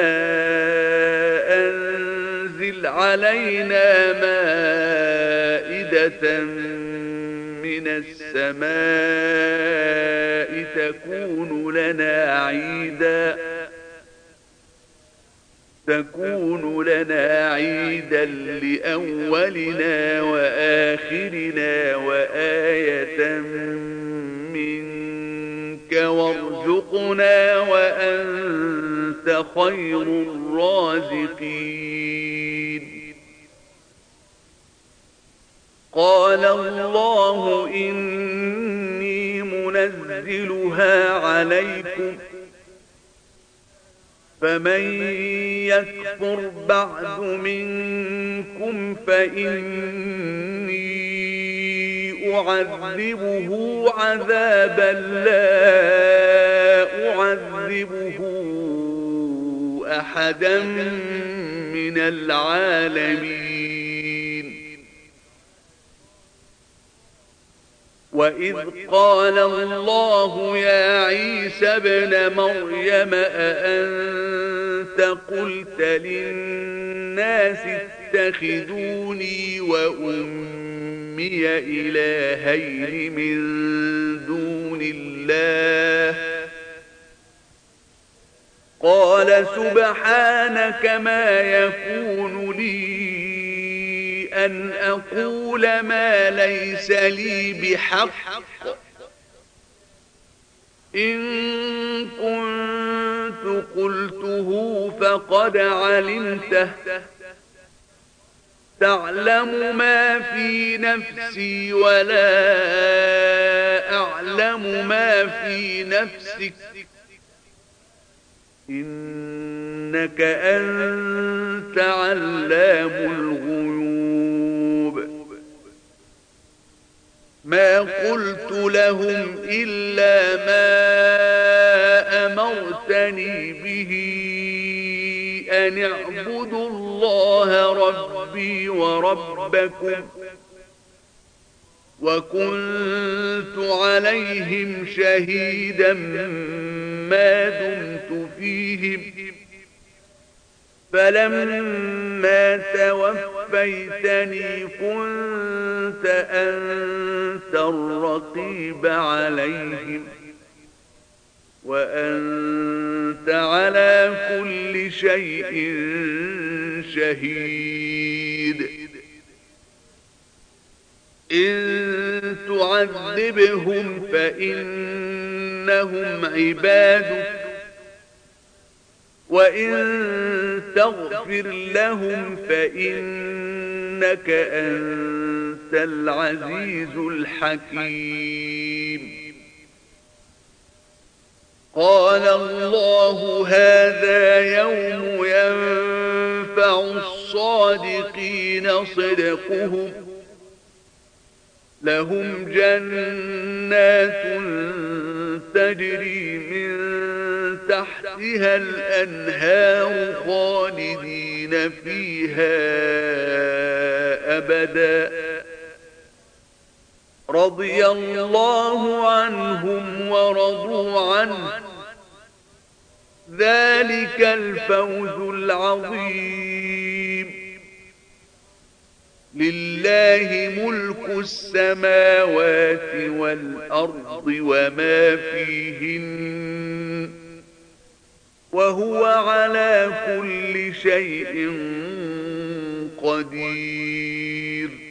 أنزل علينا مائدة من السماء تكون لنا عيدا لأولنا وآخرنا وآية منك وارزقنا وأنت خير الرازقين قال الله إني منزلها عليكم فمن يكفر بعد منكم فإني أعذبه عذابا لا أعذبه أحدا من العالمين وإذ قال الله يا عيسى ابن مريم أأنت قلت للناس اتخذوني وأمي إلهين من دون الله قال سبحانك ما يكون لي أن أقول ما ليس لي بحق إن كنت قلته فقد علمته تعلم ما في نفسي ولا أعلم ما في نفسك إنك أنت علام الغيوب ما قلت لهم إلا ما أمرتني به أن اعبدوا الله ربي وربكم وكنت عليهم شهيدا ما دمت فيهم فلما توفيتني كنت أنت الرقيب عليهم وأنت على كل شيء شهيد إن تعذبهم فإنهم عبادك وإن تغفر لهم فإنك أنت العزيز الحكيم قال الله هذا يوم ينفع الصادقين صدقهم لهم جنات تجري من تحتها الأنهار خالدين فيها أبدا رضي الله عنهم ورضوا عنه ذلك الفوز العظيم لله ملك السماوات والأرض وما فيهن وهو على كل شيء قدير